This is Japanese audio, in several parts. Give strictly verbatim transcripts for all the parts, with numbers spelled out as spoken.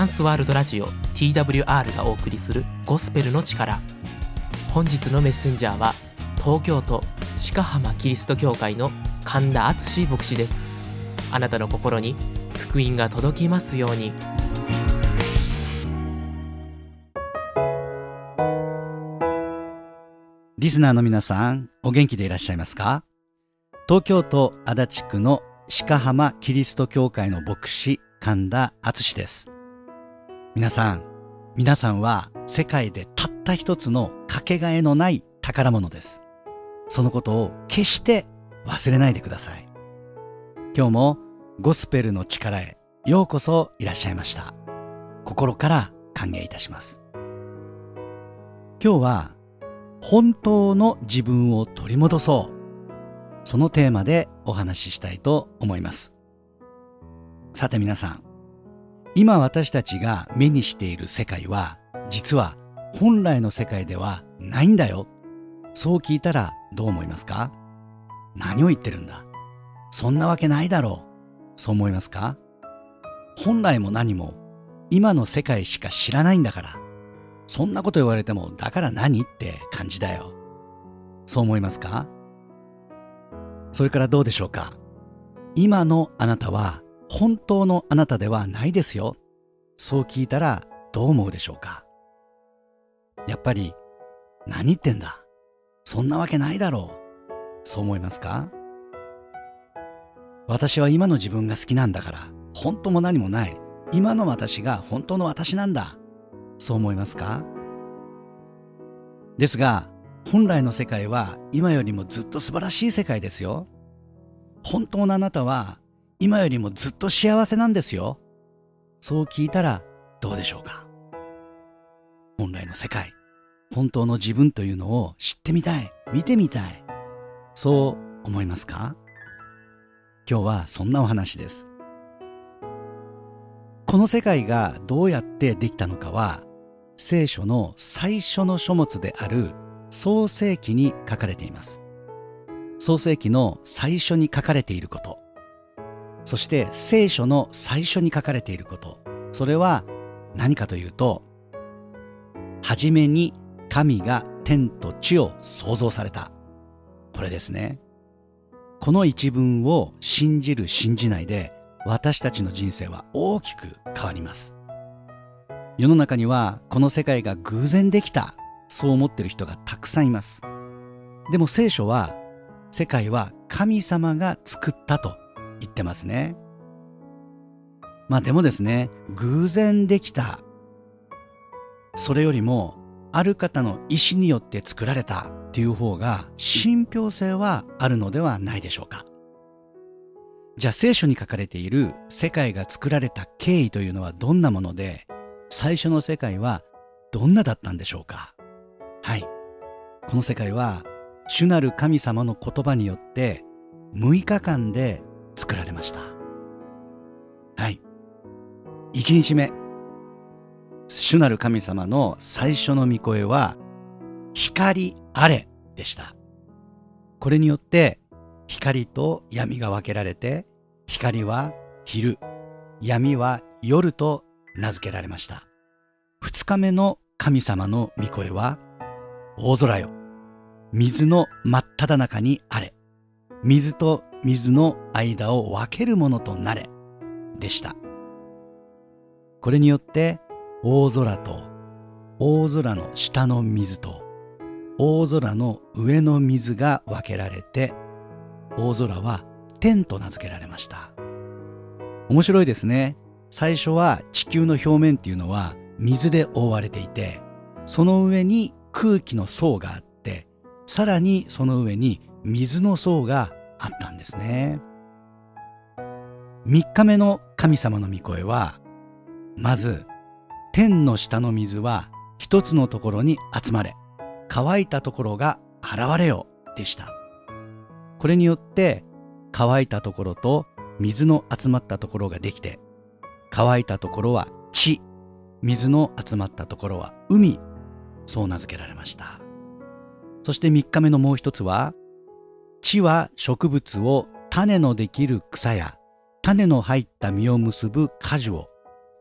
ンスワールドラジオ ティーダブリューアール がお送りするゴスペルの力。本日のメッセンジャーは東京都鹿浜キリスト教会の神田敦牧師です。あなたの心に福音が届きますように。 リスナーの皆さん、お元気でいらっしゃいますか？東京都足立区の鹿浜キリスト教会の牧師神田敦です。皆さん、皆さんは世界でたった一つのかけがえのない宝物です。そのことを決して忘れないでください。今日もゴスペルの力へようこそいらっしゃいました。心から歓迎いたします。今日は本当の自分を取り戻そう、そのテーマでお話ししたいと思います。さて皆さん、今私たちが目にしている世界は実は本来の世界ではないんだよ。そう聞いたらどう思いますか？何を言ってるんだ、そんなわけないだろう、そう思いますか？本来も何も今の世界しか知らないんだから、そんなこと言われてもだから何って感じだよ、そう思いますか？それからどうでしょうか？今のあなたは本当のあなたではないですよ。そう聞いたらどう思うでしょうか？やっぱり何言ってんだ、そんなわけないだろう、そう思いますか？私は今の自分が好きなんだから、本当も何もない、今の私が本当の私なんだ、そう思いますか？ですが本来の世界は今よりもずっと素晴らしい世界ですよ。本当のあなたは今よりもずっと幸せなんですよ。そう聞いたらどうでしょうか？本来の世界、本当の自分というのを知ってみたい、見てみたい、そう思いますか？今日はそんなお話です。この世界がどうやってできたのかは、聖書の最初の書物である創世記に書かれています。創世記の最初に書かれていること、そして聖書の最初に書かれていること、それは何かというと、はじめに神が天と地を創造された、これですね。この一文を信じる信じないで、私たちの人生は大きく変わります。世の中にはこの世界が偶然できた、そう思っている人がたくさんいます。でも聖書は、世界は神様が作ったと言ってますね。まあでもですね、偶然できた、それよりもある方の意志によって作られたっていう方が信憑性はあるのではないでしょうか。じゃあ聖書に書かれている世界が作られた経緯というのはどんなもので、最初の世界はどんなだったんでしょうか？はい、この世界は主なる神様の言葉によってむいかかんで作られました。はい、いちにちめ、主なる神様の最初の御声は光あれでした。これによって光と闇が分けられて、光は昼、闇は夜と名付けられました。二日目の神様の御声は、大空よ、水の真っ只中にあれ、水と水の間を分けるものとなれでした。これによって大空と大空の下の水と大空の上の水が分けられて、大空は天と名付けられました。面白いですね。最初は地球の表面っていうのは水で覆われていて、その上に空気の層があって、さらにその上に水の層があったんですね。三日目の神様の御声は、まず天の下の水は一つのところに集まれ、乾いたところが現れよでした。これによって乾いたところと水の集まったところができて、乾いたところは地、水の集まったところは海、そう名付けられました。そして三日目のもう一つは、地は植物を種のできる草や種の入った実を結ぶ果樹を、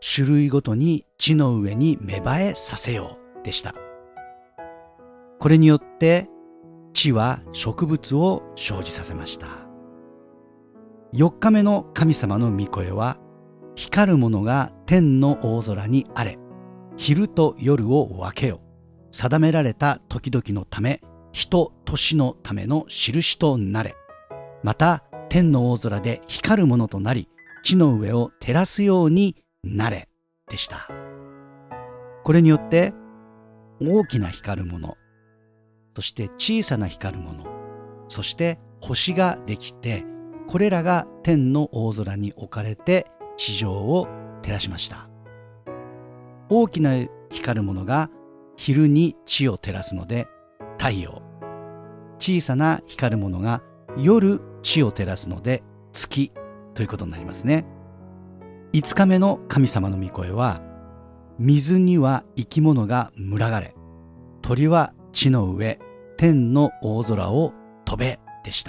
種類ごとに地の上に芽生えさせようでした。これによって地は植物を生じさせました。よっかめの神様の御声は、光るものが天の大空にあれ、昼と夜を分けよ、定められた時々のため、日と年のための印となれ。また天の大空で光るものとなり、地の上を照らすようになれでした。これによって大きな光るもの、そして小さな光るもの、そして星ができて、これらが天の大空に置かれて地上を照らしました。大きな光るものが昼に地を照らすので太陽、小さな光るものが夜地を照らすので月ということになりますね。いつかめの神様の御声は、水には生き物が群がれ、鳥は地の上、天の大空を飛べでした。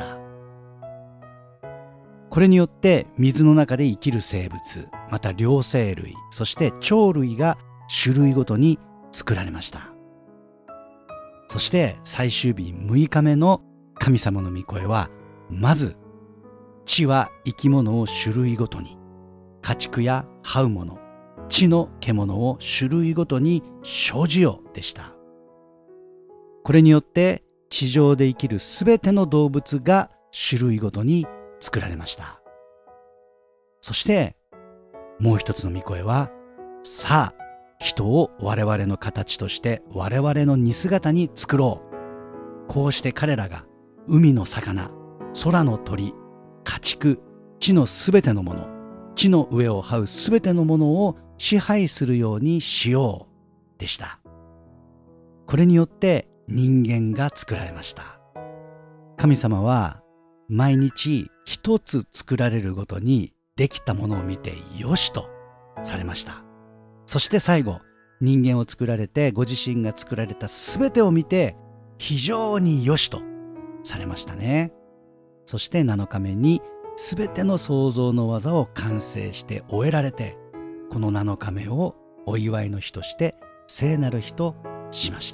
これによって水の中で生きる生物、また両生類、そして鳥類が種類ごとに作られました。そして最終日むいかめの神様の御声は、まず地は生き物を種類ごとに、家畜や這うもの、地の獣を種類ごとに生じよでした。これによって地上で生きるすべての動物が種類ごとに作られました。そしてもう一つの御声は、さあ人を我々の形として我々の似姿に作ろう。こうして彼らが海の魚、空の鳥、家畜、地のすべてのもの、地の上を這うすべてのものを支配するようにしようでした。これによって人間が作られました。神様は毎日一つ作られるごとにできたものを見てよしとされました。そして最後、人間を作られてご自身が作られたすべてを見て非常によしとされましたね。そしてなのかめにすべての創造の技を完成して終えられて、このなのかめをお祝いの日として聖なる日としました。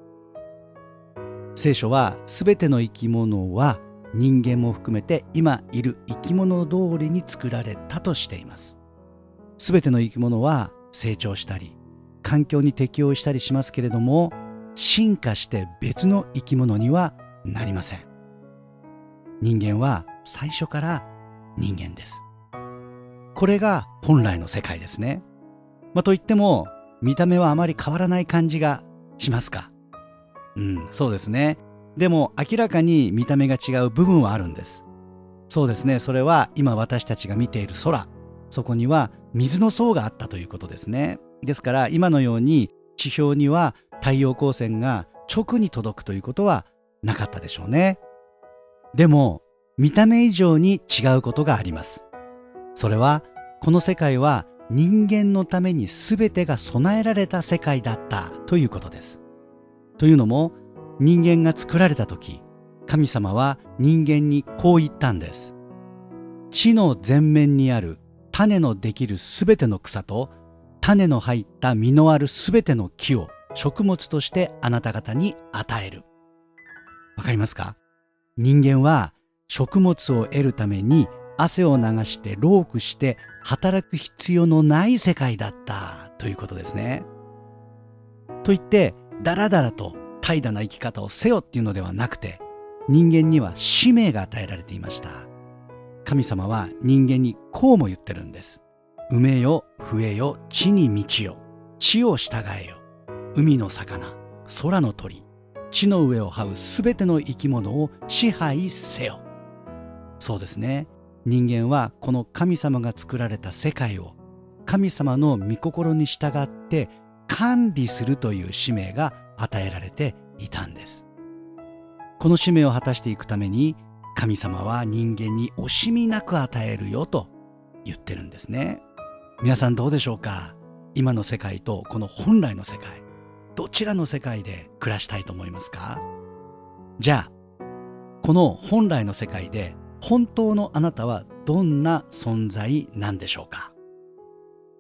聖書はすべての生き物は人間も含めて今いる生き物通りに作られたとしています。すべての生き物は成長したり環境に適応したりしますけれども、進化して別の生き物にはなりません。人間は最初から人間です。これが本来の世界ですね。まあ、といっても見た目はあまり変わらない感じがしますか？うん、そうですね。でも明らかに見た目が違う部分はあるんです。そうですね。それは今私たちが見ている空、そこには水の層があったということですね。ですから今のように地表には太陽光線が直に届くということはなかったでしょうね。でも見た目以上に違うことがあります。それはこの世界は人間のために全てが備えられた世界だったということです。というのも、人間が作られた時、神様は人間にこう言ったんです。地の全面にある種のできる全ての草と種の入った実のある全ての木を食物としてあなた方に与える。わかりますか？人間は食物を得るために汗を流して労苦して働く必要のない世界だったということですね。といってだらだらと怠惰な生き方をせよっていうのではなくて、人間には使命が与えられていました。神様は人間にこうも言ってるんです。埋めよ、増えよ、地に満ちよ、地を従えよ、海の魚、空の鳥、地の上を這うすべての生き物を支配せよ。そうですね。人間はこの神様が作られた世界を神様の御心に従って管理するという使命が与えられていたんです。この使命を果たしていくために神様は人間に惜しみなく与えるよと言ってるんですね。皆さんどうでしょうか？今の世界とこの本来の世界、どちらの世界で暮らしたいと思いますか？じゃあこの本来の世界で本当のあなたはどんな存在なんでしょうか？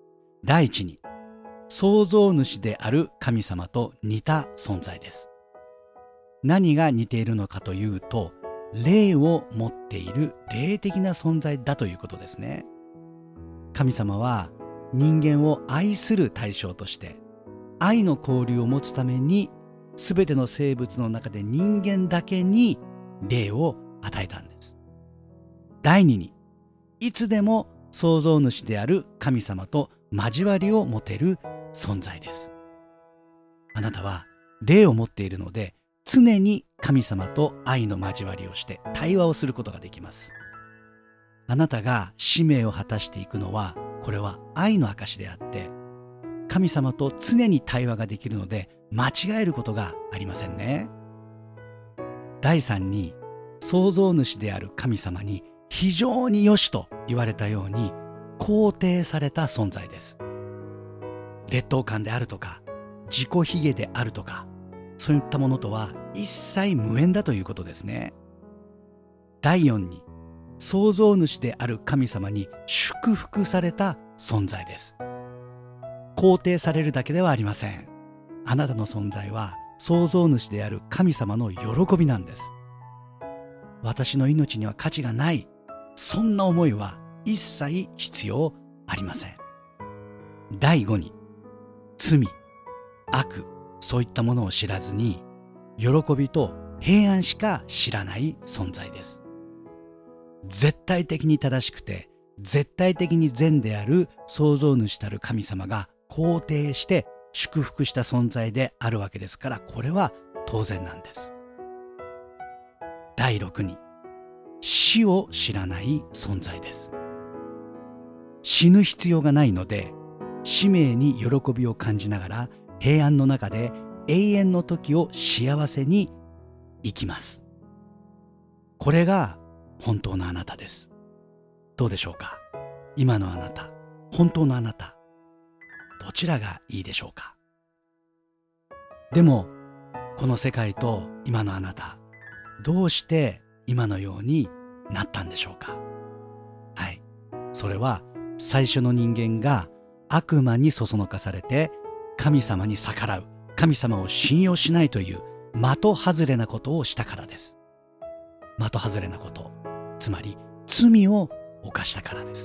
第一に、創造主である神様と似た存在です。何が似ているのかというと、霊を持っている霊的な存在だということですね。神様は人間を愛する対象として、愛の交流を持つために、すべての生物の中で人間だけに霊を与えたんです。第二に、いつでも創造主である神様と交わりを持てる存在です。あなたは霊を持っているので、常に神様と愛の交わりをして対話をすることができます。あなたが使命を果たしていくのは、これは愛の証であって、神様と常に対話ができるので間違えることがありませんね。第三に、創造主である神様に非常に良しと言われたように肯定された存在です。劣等感であるとか自己卑下であるとか、そういったものとは一切無縁だということですね。第四に、創造主である神様に祝福された存在です。肯定されるだけではありません。あなたの存在は創造主である神様の喜びなんです。私の命には価値がない、そんな思いは一切必要ありません。第五に、罪、悪、そういったものを知らずに、喜びと平安しか知らない存在です。絶対的に正しくて、絶対的に善である創造主たる神様が肯定して祝福した存在であるわけですから、これは当然なんです。第六に、死を知らない存在です。死ぬ必要がないので、使命に喜びを感じながら平安の中で永遠の時を幸せに生きます。これが本当のあなたです。どうでしょうか。今のあなた、本当のあなた、どちらがいいでしょうか。でもこの世界と今のあなた、どうして今のようになったんでしょうか。はい、それは最初の人間が悪魔にそそのかされて、神様に逆らう、神様を信用しないという的外れなことをしたからです。的外れなこと、つまり罪を犯したからです。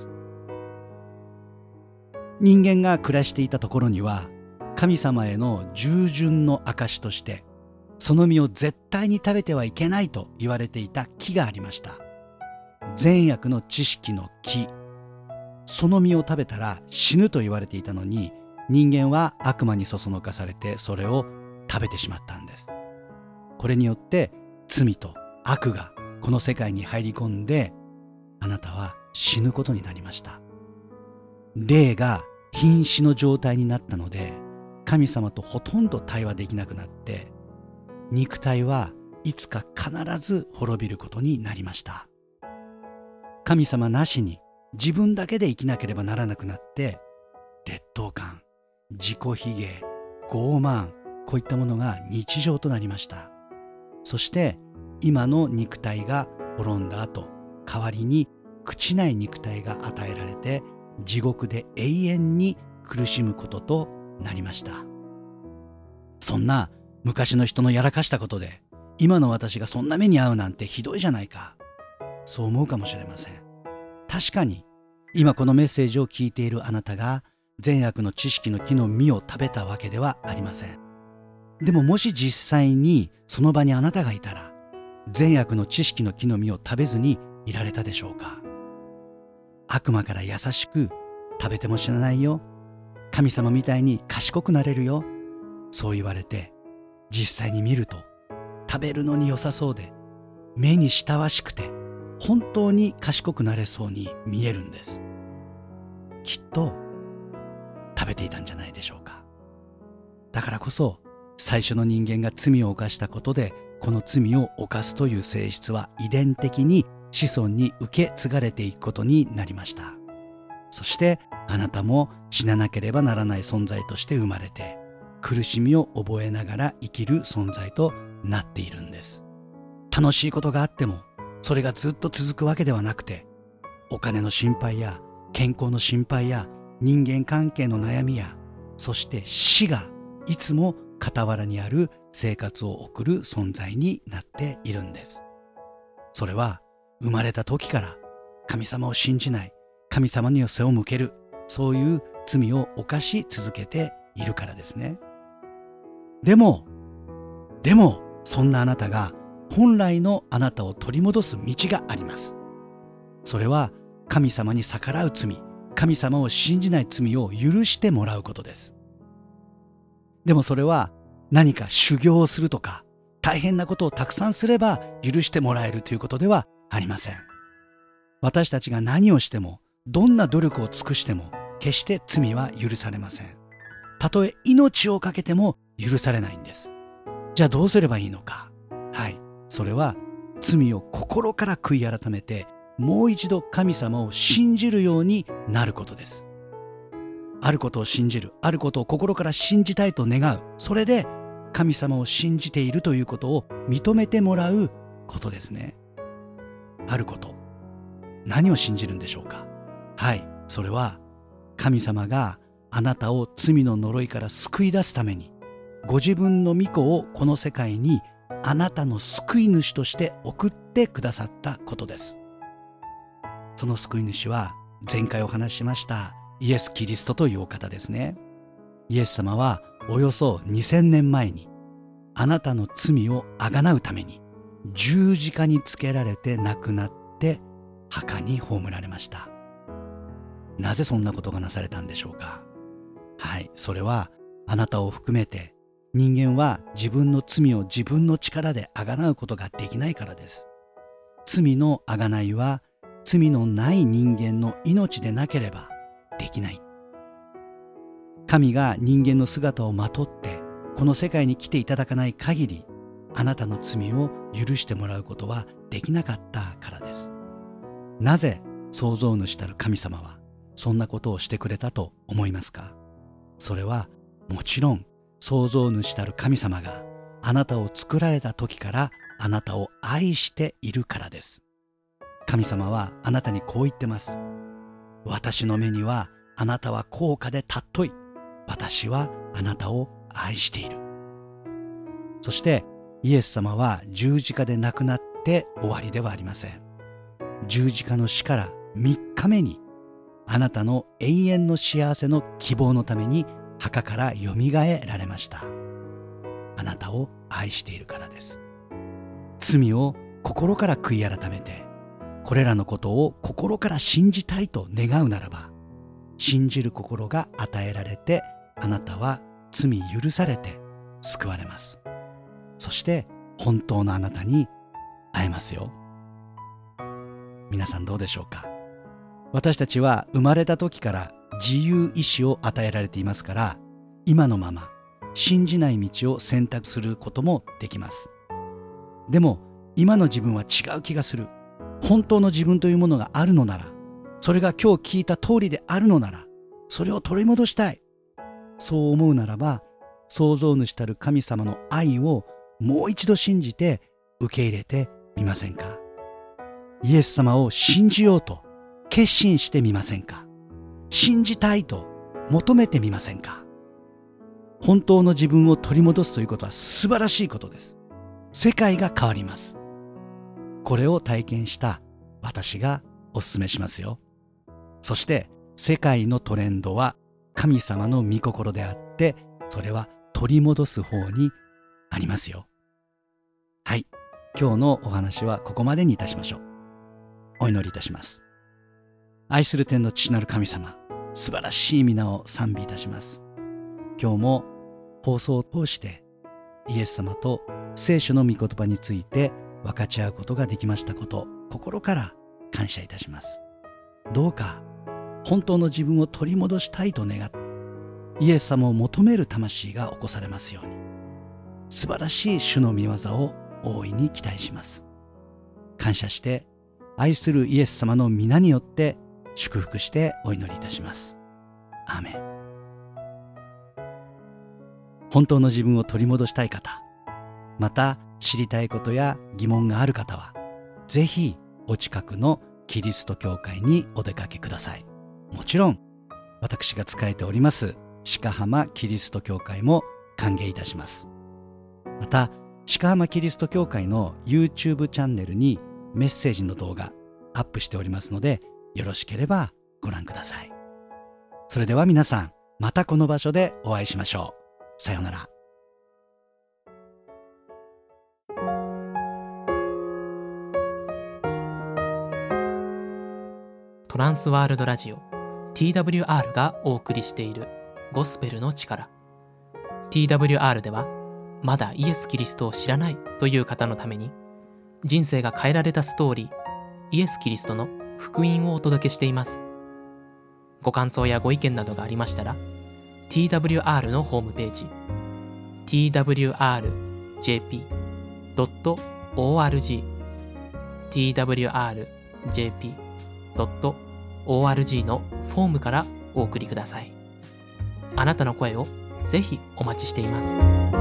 人間が暮らしていたところには、神様への従順の証として、その実を絶対に食べてはいけないと言われていた木がありました。善悪の知識の木。その実を食べたら死ぬと言われていたのに、人間は悪魔にそそのかされてそれを食べてしまったんです。これによって罪と悪がこの世界に入り込んで、あなたは死ぬことになりました。霊が瀕死の状態になったので、神様とほとんど対話できなくなって、肉体はいつか必ず滅びることになりました。神様なしに自分だけで生きなければならなくなって、劣等感、自己卑下、傲慢、こういったものが日常となりました。そして今の肉体が滅んだ後、代わりに朽ちない肉体が与えられて、地獄で永遠に苦しむこととなりました。そんな昔の人のやらかしたことで、今の私がそんな目に遭うなんてひどいじゃないか、そう思うかもしれません。確かに今このメッセージを聞いているあなたが善悪の知識の木の実を食べたわけではありません。でももし実際にその場にあなたがいたら、善悪の知識の木の実を食べずにいられたでしょうか。悪魔から優しく、食べても死なないよ、神様みたいに賢くなれるよ、そう言われて、実際に見ると食べるのに良さそうで、目に親しくて本当に賢くなれそうに見えるんです。きっと食べていたんじゃないでしょうか。だからこそ最初の人間が罪を犯したことで、この罪を犯すという性質は遺伝的に子孫に受け継がれていくことになりました。そしてあなたも死ななければならない存在として生まれて、苦しみを覚えながら生きる存在となっているんです。楽しいことがあってもそれがずっと続くわけではなくて、お金の心配や健康の心配や人間関係の悩みや、そして死がいつも傍らにある生活を送る存在になっているんです。それは生まれた時から神様を信じない、神様に背を向ける、そういう罪を犯し続けているからですね。でも、でもそんなあなたが本来のあなたを取り戻す道があります。それは神様に逆らう罪、神様を信じない罪を許してもらうことです。でもそれは何か修行をするとか大変なことをたくさんすれば許してもらえるということではありません。私たちが何をしても、どんな努力を尽くしても決して罪は許されません。たとえ命を懸けても許されないんです。じゃあどうすればいいのか。はい、それは罪を心から悔い改めて、もう一度神様を信じるようになることです。あることを信じる、あることを心から信じたいと願う、それで神様を信じているということを認めてもらうことですね。あること、何を信じるんでしょうか。はい、それは神様があなたを罪の呪いから救い出すために、ご自分の御子をこの世界にあなたの救い主として送ってくださったことです。その救い主は前回お話ししましたイエス・キリストというお方ですね。イエス様はおよそにせんねんまえにあなたの罪をあがなうために十字架につけられて亡くなって墓に葬られました。なぜそんなことがなされたんでしょうか。はい、それはあなたを含めて人間は自分の罪を自分の力であがなうことができないからです。罪のあがないは罪のない人間の命でなければできない。神が人間の姿をまとってこの世界に来ていただかない限り、あなたの罪を許してもらうことはできなかったからです。なぜ創造主たる神様はそんなことをしてくれたと思いますか。それはもちろん創造主たる神様があなたを作られた時からあなたを愛しているからです。神様はあなたにこう言ってます。私の目にはあなたは高価で尊い。私はあなたを愛している。そしてイエス様は十字架で亡くなって終わりではありません。十字架の死からみっかめにあなたの永遠の幸せの希望のために墓からよみがえられました。あなたを愛しているからです。罪を心から悔い改めて、これらのことを心から信じたいと願うならば、信じる心が与えられて、あなたは罪許されて救われます。そして本当のあなたに会えますよ。皆さんどうでしょうか。私たちは生まれた時から自由意志を与えられていますから、今のまま信じない道を選択することもできます。でも今の自分は違う気がする。本当の自分というものがあるのなら、それが今日聞いた通りであるのなら、それを取り戻したい。そう思うならば、創造主たる神様の愛をもう一度信じて受け入れてみませんか。イエス様を信じようと決心してみませんか。信じたいと求めてみませんか。本当の自分を取り戻すということは素晴らしいことです。世界が変わります。これを体験した私がお勧めしますよ。そして世界のトレンドは神様の御心であって、それは取り戻す方にありますよ。はい、今日のお話はここまでにいたしましょう。お祈りいたします。愛する天の父なる神様、素晴らしい皆を賛美いたします。今日も放送を通してイエス様と聖書の御言葉について分かち合うことができましたこと、心から感謝いたします。どうか本当の自分を取り戻したいと願って、イエス様を求める魂が起こされますように、素晴らしい主の御業を大いに期待します。感謝して愛するイエス様の皆によって祝福してお祈りいたします。アーメン。本当の自分を取り戻したい方、また知りたいことや疑問がある方は、ぜひお近くのキリスト教会にお出かけください。もちろん私が仕えております鹿浜キリスト教会も歓迎いたします。また鹿浜キリスト教会の YouTube チャンネルにメッセージの動画アップしておりますので、よろしければご覧ください。それでは皆さん、またこの場所でお会いしましょう。さようなら。 トランスワールドラジオ ティーダブリューアール がお送りしているゴスペルの力。 ティーダブリューアール ではまだイエス・キリストを知らないという方のために、人生が変えられたストーリー、イエス・キリストの福音をお届けしています。ご感想やご意見などがありましたら ティーダブリューアール のホームページ ティーダブリューアールジェーピードットオーアールジー ティーダブリューアールジェーピードットオーアールジー のフォームからお送りください。あなたの声をぜひお待ちしています。